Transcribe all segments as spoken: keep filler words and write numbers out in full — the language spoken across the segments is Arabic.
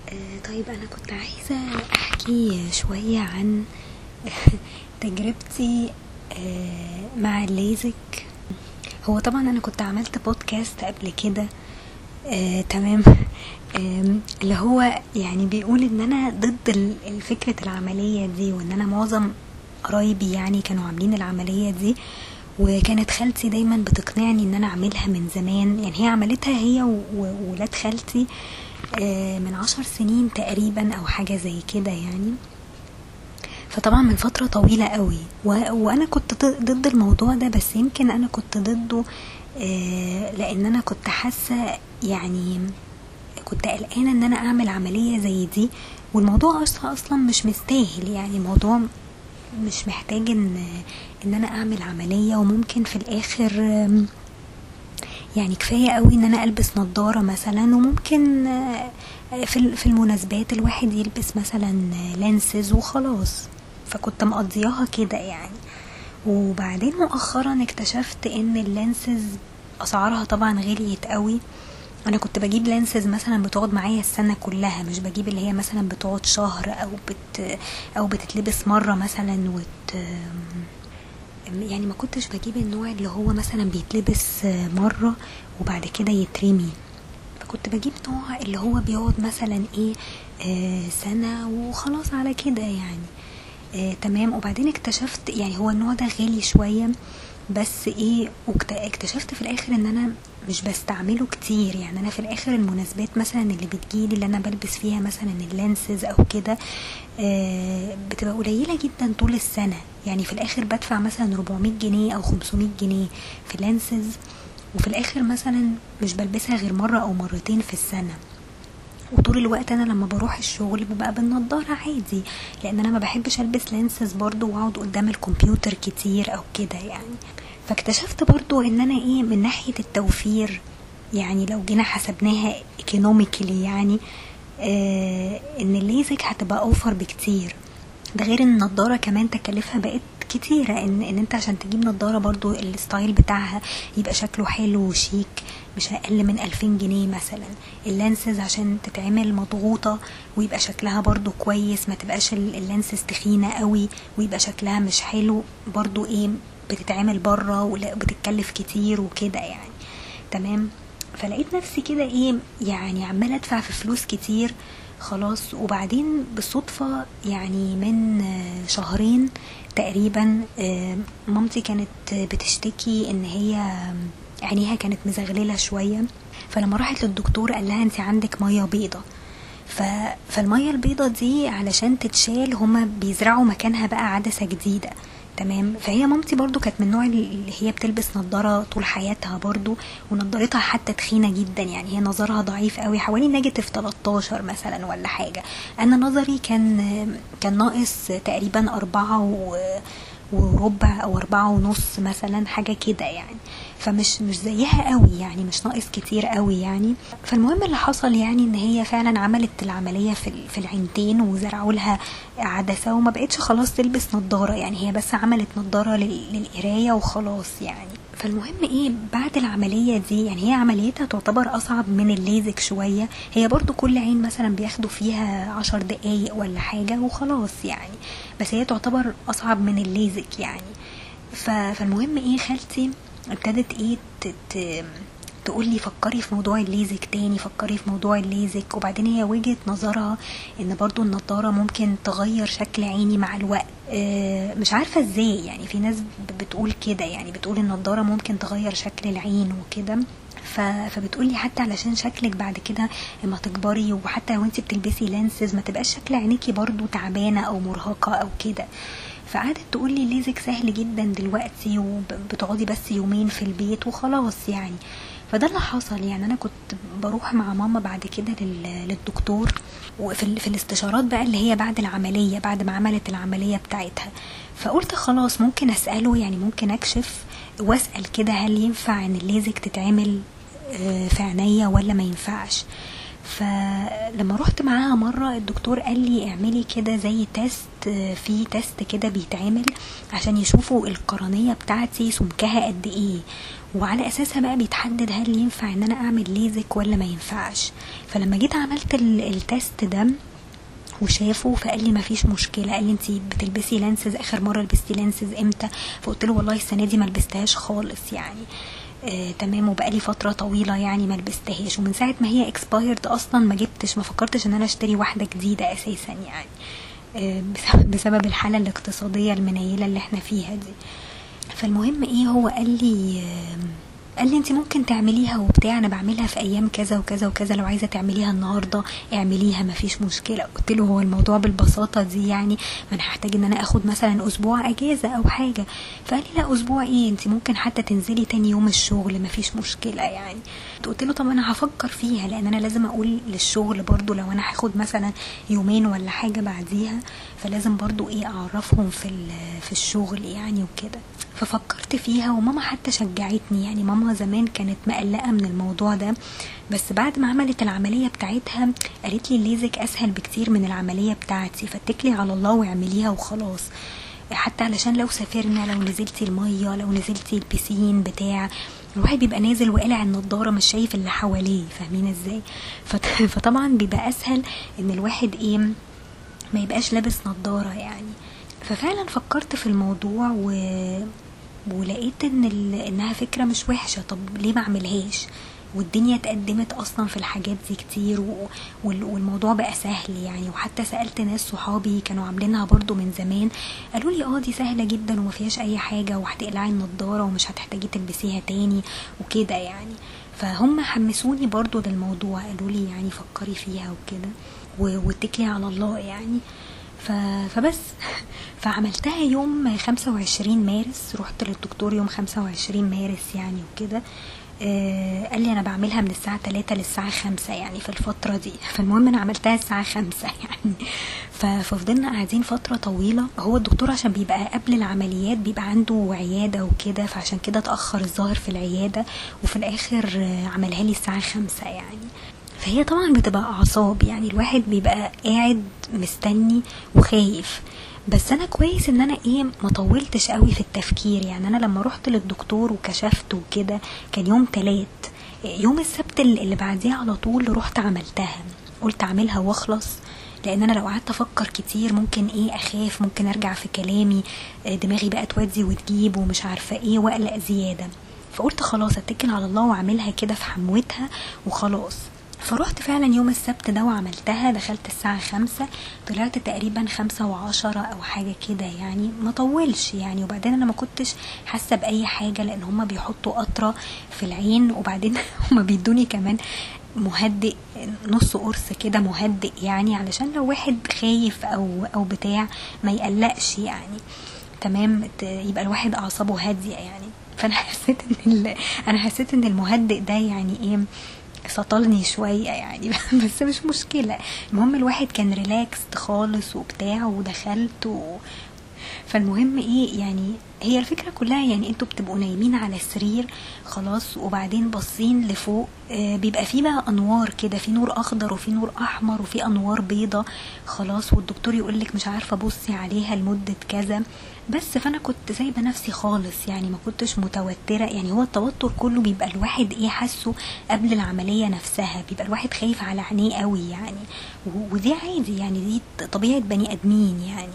آه، طيب أنا كنت عايزة أحكي شوية عن تجربتي آه، مع الليزك. هو طبعا أنا كنت عملت بودكاست قبل كده. آه، تمام. آم، اللي هو يعني بيقول ان انا ضد ال- الفكرة العملية دي، وان انا معظم قرايبي يعني كانوا عاملين العملية دي، وكانت خالتي دايما بتقنعني ان انا اعملها من زمان. يعني هي عملتها هي و- وولاد خالتي آه، من عشر سنين تقريبا او حاجة زي كده يعني. فطبعا من فترة طويلة قوي و... وانا كنت ضد ضد الموضوع ده، بس يمكن انا كنت ضده آه، لان انا كنت حاسة يعني كنت قلقانة ان انا اعمل عملية زي دي، والموضوع اصلا اصلا مش مستاهل. يعني الموضوع مش محتاج ان ان انا اعمل عملية، وممكن في الاخر آم، يعني كفاية قوي ان انا البس نظارة مثلا، وممكن آه، في ال- في المناسبات الواحد يلبس مثلا لانسز وخلاص. فكنت مقضياها كده يعني. وبعدين مؤخرا اكتشفت ان اللانسز اسعارها طبعا غليت قوي. انا كنت بجيب لانسز مثلا بتقعد معايا السنة كلها، مش بجيب اللي هي مثلا بتقعد شهر او بت او بتتلبس مرة مثلا وت يعني ما كنتش بجيب النوع اللي هو مثلا بيتلبس مرة وبعد كده يترمي. فكنت بجيب نوع اللي هو بيقعد مثلا ايه آه سنة وخلاص على كده يعني. آه تمام. وبعدين اكتشفت يعني هو النوع ده غالي شوية، بس ايه واكت- اكتشفت في الاخر ان انا مش بستعمله كتير. يعني انا في الاخر المناسبات مثلا اللي بتجيلي اللي انا بلبس فيها مثلا اللانسز او كده آه بتبقى قليلة جدا طول السنة. يعني في الاخر بدفع مثلا أربعمية جنيه او خمسمية جنيه في لانسز، وفي الاخر مثلا مش بلبسها غير مرة او مرتين في السنة. وطول الوقت انا لما بروح الشغل ببقى بالنضاره عادي، لان انا ما بحبش البس لينسز برضو واقعد قدام الكمبيوتر كتير او كده يعني. فاكتشفت برضو ان انا ايه من ناحيه التوفير، يعني لو جينا حسبناها ايكونوميكلي يعني آه ان الليزك هتبقى اوفر بكتير. ده غير ان النضاره كمان تكلفها بقت كتيرة، ان ان انت عشان تجيب نضارة برضو الستايل بتاعها يبقى شكله حلو وشيك مش اقل من ألفين جنيه مثلا. اللانسز عشان تتعمل مضغوطة ويبقى شكلها برضو كويس، ما تبقاش ال- اللانسز تخينة قوي ويبقى شكلها مش حلو برضو ايه، بتتعمل برا وبتتكلف كتير وكده يعني. تمام. فلقيت نفسي كده ايه يعني عمالة ادفع في فلوس كتير خلاص. وبعدين بالصدفة يعني من آه، شهرين تقريبا آه، مامتي كانت بتشتكي ان هي عينيها كانت مزغللة شوية. فلما راحت للدكتور قال لها انت عندك مية بيضة. ف... فالمية البيضة دي علشان تتشال هما بيزرعوا مكانها بقى عدسة جديدة. تمام. فهي مامتي برضو كانت من النوع اللي هي بتلبس نظارة طول حياتها برضو، ونظارتها حتى تخينة جدا. يعني هي نظرها ضعيف قوي، حوالي نيجاتيف تلتاشر مثلا ولا حاجة. انا نظري كان كان ناقص تقريبا اربعة و وربع او اربعة ونص مثلا حاجة كده يعني. فمش مش زيها قوي يعني، مش ناقص كتير قوي يعني. فالمهم اللي حصل يعني ان هي فعلا عملت العملية في ال- في العينتين وزرعوا لها عدسة، وما بقتش خلاص تلبس نظارة. يعني هي بس عملت نظارة لل- للقراية وخلاص يعني. فالمهم ايه بعد العملية دي، يعني هي عمليتها تعتبر اصعب من الليزك شوية. هي برضو كل عين مثلا بياخدوا فيها عشر دقايق ولا حاجة وخلاص يعني، بس هي تعتبر اصعب من الليزك يعني. ف- فالمهم ايه خالتي ابتدت ايه ت- ت- تقول لي فكري في موضوع الليزك تاني، فكري في موضوع الليزك. وبعدين هي وجهة نظرها ان برضو النضارة ممكن تغير شكل عيني مع الوقت. آه، مش عارفة ازاي يعني. في ناس ب- بتقول كده، يعني بتقول النضارة ممكن تغير شكل العين وكده. ف... فبتقولي حتى علشان شكلك بعد كده لما تكبري، وحتى لو انت بتلبسي لانسز ما تبقاش شكل عينيكي برضو تعبانة او مرهقة او كده. فقعدت تقول لي الليزك سهل جدا دلوقتي، وبتقعدي بس يومين في البيت وخلاص يعني. فده اللي حصل. يعني انا كنت بروح مع ماما بعد كده لل- للدكتور، وفي ال- في الاستشارات بقى اللي هي بعد العملية، بعد ما عملت العملية بتاعتها. فقلت خلاص ممكن اسأله، يعني ممكن اكشف واسأل كده هل ينفع ان الليزك تتعمل آه، في عينيا ولا ما ينفعش. فلما رحت معاها مرة الدكتور قال لي اعملي كده زي تيست، في تيست كده بيتعمل عشان يشوفوا القرنية بتاعتي سمكها قد ايه، وعلى اساسها بقى بيتحدد هل ينفع ان انا اعمل ليزك ولا ما ينفعش. فلما جيت عملت التيست ده وشافه فقال لي مفيش مشكله، قال لي انتي بتلبسي لانسز، اخر مره لبستي لانسز امتى؟ فقلت له والله السنه دي ما لبستهاش خالص يعني. آه تمام، وبقالي فتره طويله يعني ما لبستهاش، ومن ساعه ما هي اكسبايرد اصلا ما جبتش ما فكرتش ان انا اشتري واحده جديده اساسا يعني، آه بسبب الحاله الاقتصاديه المنيله اللي احنا فيها دي. فالمهم ايه، هو قال لي آه قال لي انت ممكن تعمليها وبتاع، انا بعملها في ايام كذا وكذا وكذا، لو عايزه تعمليها النهارده اعمليها مفيش مشكله. قلت له هو الموضوع بالبساطه دي يعني؟ ما انا هحتاج ان انا اخد مثلا اسبوع اجازه او حاجه. فقال لي لا اسبوع ايه، انت ممكن حتى تنزلي تاني يوم الشغل مفيش مشكله يعني. قلت له طب انا هفكر فيها، لان انا لازم اقول للشغل برضو لو انا هاخد مثلا يومين ولا حاجه بعديها، فلازم برضو ايه اعرفهم في في الشغل يعني وكده. ففكرت فيها، وماما حتى شجعتني يعني. ماما زمان كانت مقلقة من الموضوع ده، بس بعد ما عملت العملية بتاعتها قالت لي الليزك اسهل بكتير من العملية بتاعتي، فاتكلي على الله واعمليها وخلاص. حتى علشان لو سافرنا، لو نزلتي المية، لو نزلتي البسين بتاع، الواحد بيبقى نازل وقلع النضارة مش شايف اللي حواليه، فاهمين ازاي؟ فطبعا بيبقى اسهل ان الواحد ايه ما يبقاش لابس نضارة يعني. ففعلا فكرت في الموضوع و... ولقيت ان ال... انها فكرة مش وحشة. طب ليه ما اعملهاش؟ والدنيا اتقدمت اصلا في الحاجات دي كتير، و... وال... والموضوع بقى سهل يعني. وحتى سألت ناس صحابي كانوا عاملينها برضو من زمان، قالوا لي اه دي سهلة جدا وما فيهاش اي حاجة، وهتقلعي النضارة ومش هتحتاجي تلبسيها تاني وكده يعني. فهم حمسوني برضو للموضوع، قالوا لي يعني فكري فيها وكده واتكلي على الله يعني. فبس فعملتها يوم خمسة وعشرين مارس، رحت للدكتور يوم خمسة وعشرين مارس يعني وكده. آه قال لي انا بعملها من الساعة تلاتة للساعة خمسة يعني في الفترة دي. فالمهم انا عملتها الساعة خمسة يعني. ففضلنا قاعدين فترة طويلة. هو الدكتور عشان بيبقى قبل العمليات بيبقى عنده عيادة وكده، فعشان كده اتأخر الظاهر في العيادة، وفي الاخر عملها لي الساعة خمسة يعني. فهي طبعا بتبقى اعصاب يعني، الواحد بيبقى قاعد مستني وخايف. بس انا كويس ان انا ايه ما طولتش قوي في التفكير يعني. انا لما رحت للدكتور وكشفت وكده كان يوم تلات، يوم السبت اللي بعديه على طول رحت عملتها، قلت اعملها واخلص. لان انا لو قعدت افكر كتير ممكن ايه اخاف، ممكن ارجع في كلامي، دماغي بقى تودي وتجيب ومش عارفه ايه، واقلق زياده. فقلت خلاص اتكل على الله واعملها كده في حموتها وخلاص. فروحت فعلا يوم السبت ده وعملتها، دخلت الساعة خمسة، طلعت تقريبا خمسة وعشرة او حاجة كده يعني، ما طولش يعني. وبعدين انا ما كنتش حاسة باي حاجة، لان هما بيحطوا قطرة في العين، وبعدين هما بيدوني كمان مهدئ نص قرص كده مهدئ يعني، علشان لو واحد خايف او او بتاع ما يقلقش يعني. تمام، يبقى الواحد اعصابه هادية يعني. فانا حسيت ان انا حسيت ان المهدئ ده يعني ايه سطلني شوية يعني. بس مش مشكلة، المهم الواحد كان ريلاكست خالص وبتاع، ودخلت و... فالمهم ايه يعني، هي الفكرة كلها يعني انتوا بتبقوا نايمين على السرير خلاص، وبعدين باصين لفوق، آه بيبقى فيه بقى انوار كده، في نور اخضر وفي نور احمر وفي انوار بيضة خلاص، والدكتور يقولك مش عارفة بصي عليها لمدة كذا. بس فانا كنت سايبه نفسي خالص يعني، ما كنتش متوتره يعني. هو التوتر كله بيبقى الواحد ايه حاسه قبل العمليه نفسها، بيبقى الواحد خايف على عينيه قوي يعني، ودي عادي يعني، دي طبيعه بني ادمين يعني.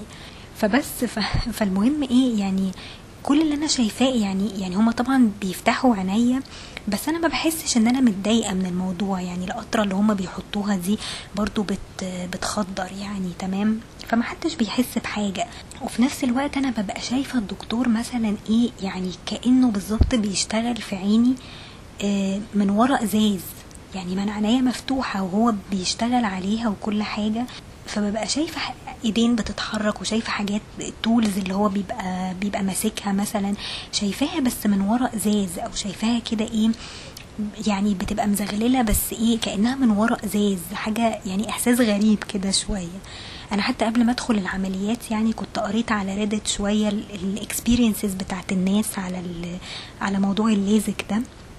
فبس ف... فالمهم ايه يعني، كل اللي انا شايفاه يعني يعني هما طبعا بيفتحوا عينيا، بس انا ما بحسش ان انا متضايقه من الموضوع يعني. القطره اللي هما بيحطوها دي برضو بت بتخدر يعني، تمام، فما حدش بيحس بحاجه. وفي نفس الوقت انا ببقى شايفه الدكتور مثلا ايه يعني، كانه بالظبط بيشتغل في عيني من وراء ازاز يعني، من عينيا مفتوحه وهو بيشتغل عليها وكل حاجه. فببقى شايفه ايدين بتتحرك، وشايفه حاجات التولز اللي هو بيبقى بيبقى ماسكها مثلا، شايفاها بس من وراء ازاز، او شايفاها كده ايه يعني بتبقى مزغلله بس ايه كانها من وراء ازاز، حاجه يعني احساس غريب كده شويه. انا حتى قبل ما ادخل العمليات يعني كنت قريت على ريدت شويه الاكسبيرينسز بتاعت الناس على على موضوع الليزك ده.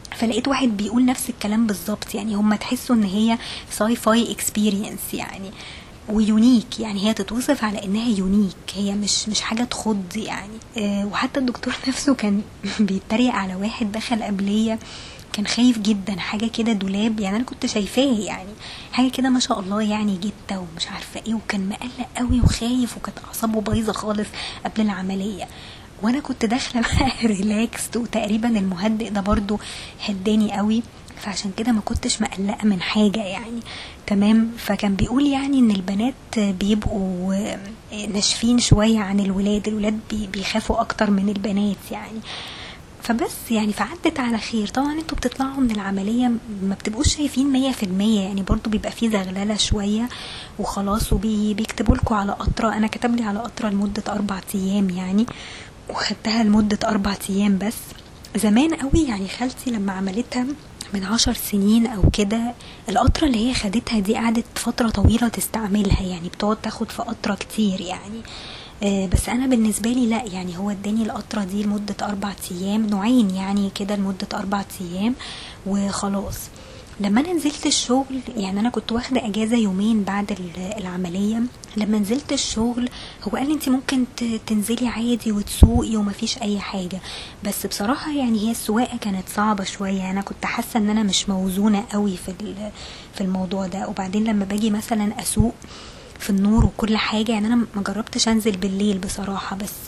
فلقيت واحد بيقول نفس الكلام بالظبط، يعني هم تحسوا ان هي ساي فاي اكسبيرينس يعني ويونيك، يعني هي تتوصف على انها يونيك، هي مش مش حاجه تخض يعني. أه وحتى الدكتور نفسه كان بيتريق على واحد دخل قبليه كان خايف جدا، حاجه كده دولاب يعني انا كنت شايفاه يعني حاجه كده ما شاء الله يعني جته ومش عارفه ايه، وكان مقلق قوي وخايف وكانت اعصابه بايظه خالص قبل العمليه، وانا كنت داخله بقى ريلاكست، وتقريبا المهدئ ده برضو هداني قوي، فعشان كده ما كنتش مقلقه من حاجه يعني. تمام. فكان بيقول يعني ان البنات بيبقوا ناشفين شويه عن الولاد، الولاد بيخافوا اكتر من البنات يعني. فبس يعني فعدت على خير. طبعا انتوا بتطلعوا من العملية ما بتبقوش شايفين مية في المية يعني، برضو بيبقى فيه زغللة شوية وخلاص، وبيكتبوا لكم على قطرة. انا كتب لي على قطرة لمدة اربع ايام يعني، وخدتها لمدة اربع ايام بس. زمان قوي يعني خالتي لما عملتها من عشر سنين او كده، القطرة اللي هي خدتها دي قعدت فترة طويلة تستعملها، يعني بتقعد تاخد في قطرة كتير يعني. آه بس انا بالنسبة لي لا، يعني هو اداني القطرة دي لمدة اربع ايام، نوعين يعني كده لمدة اربع ايام وخلاص. لما انا نزلت الشغل يعني انا كنت واخده اجازه يومين بعد العمليه، لما نزلت الشغل هو قال لي انت ممكن تنزلي عادي وتسوقي ومفيش اي حاجه، بس بصراحه يعني هي السواقه كانت صعبه شويه، انا كنت حاسه ان انا مش موزونه قوي في في الموضوع ده. وبعدين لما باجي مثلا اسوق في النور وكل حاجه، يعني انا ما جربتش انزل بالليل بصراحه، بس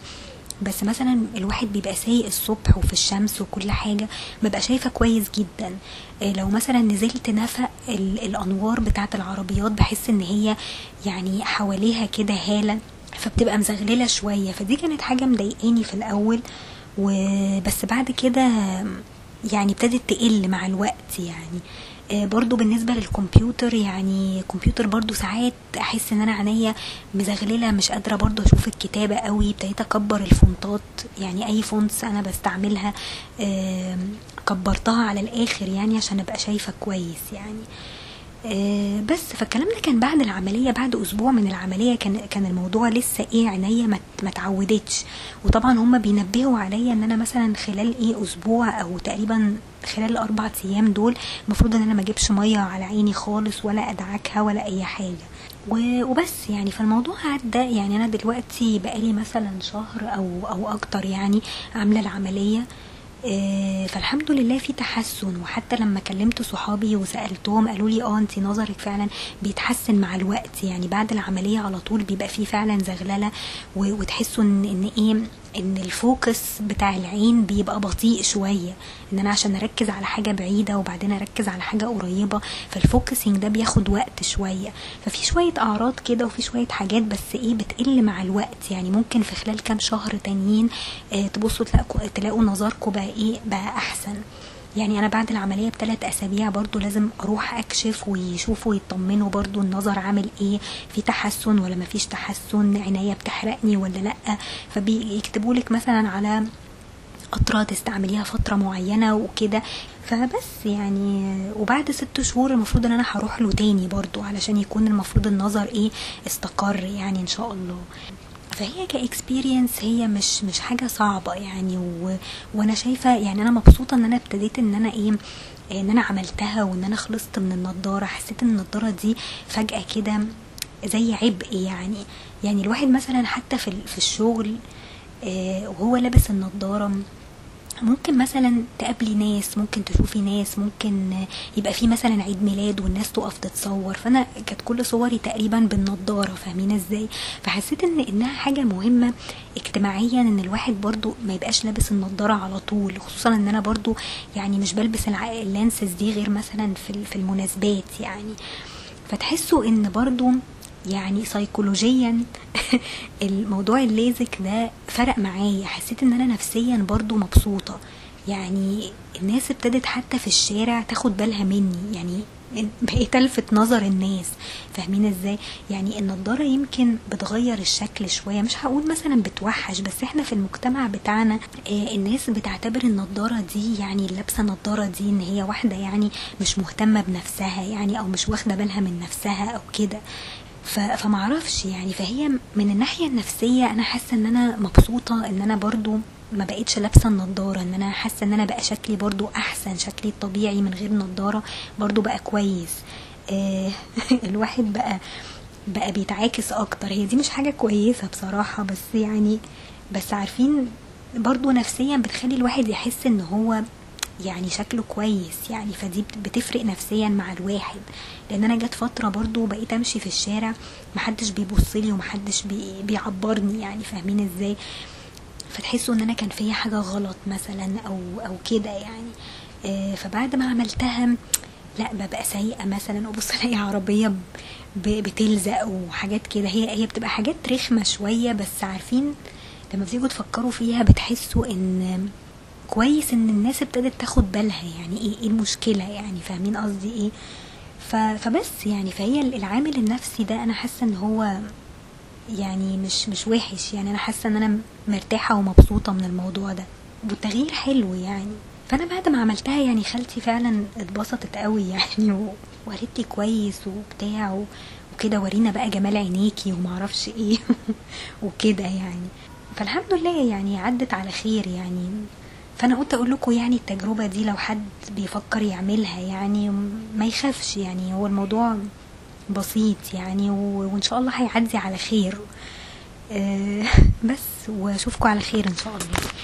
بس مثلا الواحد بيبقى سايق الصبح وفي الشمس وكل حاجة ببقى شايفة كويس جدا. لو مثلا نزلت نفق الانوار بتاعت العربيات بحس ان هي يعني حواليها كده هالة، فبتبقى مزغللة شوية، فدي كانت حاجة مضايقاني في الاول، وبس بعد كده يعني ابتدت تقل مع الوقت يعني. برضو بالنسبة للكمبيوتر، يعني كمبيوتر برضو ساعات احس ان انا عينيا مزغللة مش قادرة برضو اشوف الكتابة قوي، ابتديت اكبر الفونتات، يعني اي فونتس انا بستعملها كبرتها على الاخر يعني عشان ابقى شايفة كويس يعني. أه بس فالكلام ده كان بعد العملية، بعد اسبوع من العملية كان كان الموضوع لسه ايه عينيا ما اتعودتش، وطبعا هم بينبهوا عليا ان انا مثلا خلال ايه اسبوع او تقريبا خلال الاربع ايام دول المفروض ان انا ما اجيبش مية على عيني خالص ولا ادعكها ولا اي حاجة وبس يعني. فالموضوع عدى يعني، انا دلوقتي بقالي مثلا شهر او او اكتر يعني عاملة العملية، فالحمد لله في تحسن. وحتى لما كلمت صحابي وسألتهم قالوا لي اه انتي نظرك فعلا بيتحسن مع الوقت، يعني بعد العملية على طول بيبقى فيه فعلا زغللة، وتحسوا ان, إن ايه ان الفوكس بتاع العين بيبقى بطيء شوية، ان انا عشان اركز على حاجة بعيدة وبعدين اركز على حاجة قريبة، فالفوكسينج ده بياخد وقت شوية. ففي شوية اعراض كده وفي شوية حاجات بس ايه بتقل مع الوقت، يعني ممكن في خلال كام شهر تانيين اه تبصوا تلاقوا, تلاقوا نظركم بقى ايه بقى احسن. يعني انا بعد العملية بثلاث اسابيع برضو لازم اروح اكشف ويشوفوا ويطمنوا برضو النظر عامل ايه، في تحسن ولا ما فيش تحسن، عناية بتحرقني ولا لا، فبيكتبوا لك مثلا على قطرة تستعمليها فترة معينة وكده. فبس يعني وبعد ست شهور المفروض ان انا هروح له تاني برضو علشان يكون المفروض النظر ايه استقر يعني ان شاء الله. فهي كاكسبيرينس هي مش مش حاجة صعبة يعني، و... وانا شايفة يعني انا مبسوطة ان انا ابتديت ان انا ايه ان انا عملتها وان انا خلصت من النضارة. حسيت ان النضارة دي فجأة كده زي عبء يعني، يعني الواحد مثلا حتى في, في الشغل آه وهو لابس النضارة ممكن مثلا تقابلي ناس، ممكن تشوفي ناس، ممكن يبقى في مثلا عيد ميلاد والناس تقف تتصور، فانا كانت كل صوري تقريبا بالنضاره، فاهمين ازاي؟ فحسيت ان انها حاجه مهمه اجتماعيا ان الواحد برضو ما يبقاش لابس النضاره على طول، خصوصا ان انا برضو يعني مش بلبس اللانسز دي غير مثلا في في المناسبات يعني. فتحسوا ان برضو يعني سيكولوجيا الموضوع الليزك ده فرق معايا، حسيت ان انا نفسيا برضو مبسوطة، يعني الناس ابتدت حتى في الشارع تاخد بالها مني، يعني بقيت الفت نظر الناس، فاهمين ازاي؟ يعني النضارة يمكن بتغير الشكل شوية، مش هقول مثلا بتوحش، بس احنا في المجتمع بتاعنا اه الناس بتعتبر النضارة دي يعني اللبسة النضارة دي ان هي واحدة يعني مش مهتمة بنفسها يعني، او مش واخدة بالها من نفسها او كده، فمعرفش يعني. فهي من الناحية النفسية انا حاسة ان انا مبسوطة ان انا برضو ما بقيتش لابسه النضاره، ان انا حاسه ان انا بقى شكلي برضو احسن، شكلي الطبيعي من غير نضاره برضو بقى كويس. آه الواحد بقى بقى بيتعاكس اكتر. هي دي مش حاجه كويسه بصراحه، بس يعني بس عارفين برضو نفسيا بتخلي الواحد يحس ان هو يعني شكله كويس يعني، فدي بتفرق نفسيا مع الواحد. لان انا جت فتره برضو بقيت امشي في الشارع محدش بيبصلي ومحدش بي بيعبرني يعني، فاهمين ازاي؟ فتحسوا ان انا كان فيا حاجه غلط مثلا او او كده يعني. آه فبعد ما عملتها لا ببقى سيئه مثلا، ابص الاقي عربيه بتلزق وحاجات كده. هي هي بتبقى حاجات رخمه شويه، بس عارفين لما بتيجوا تفكروا فيها بتحسوا ان كويس ان الناس ابتدت تاخد بالها. يعني ايه ايه المشكله يعني، فاهمين قصدي ايه؟ فبس يعني فهي العامل النفسي ده انا حاسه ان هو يعني مش مش وحش يعني. انا حاسه ان انا مرتاحه ومبسوطه من الموضوع ده، والتغيير حلو يعني. فانا بعد ما عملتها يعني خالتي فعلا اتبسطت قوي يعني، وقالت لي كويس وبتاع وكده، ورينا بقى جمال عينيكي ومعرفش ايه وكده يعني. فالحمد لله يعني عدت على خير يعني. فانا قلت اقول لكم يعني التجربه دي لو حد بيفكر يعملها يعني ما يخافش يعني، هو الموضوع بسيط يعني، وان شاء الله هيعدي على خير. أه بس واشوفكم على خير ان شاء الله.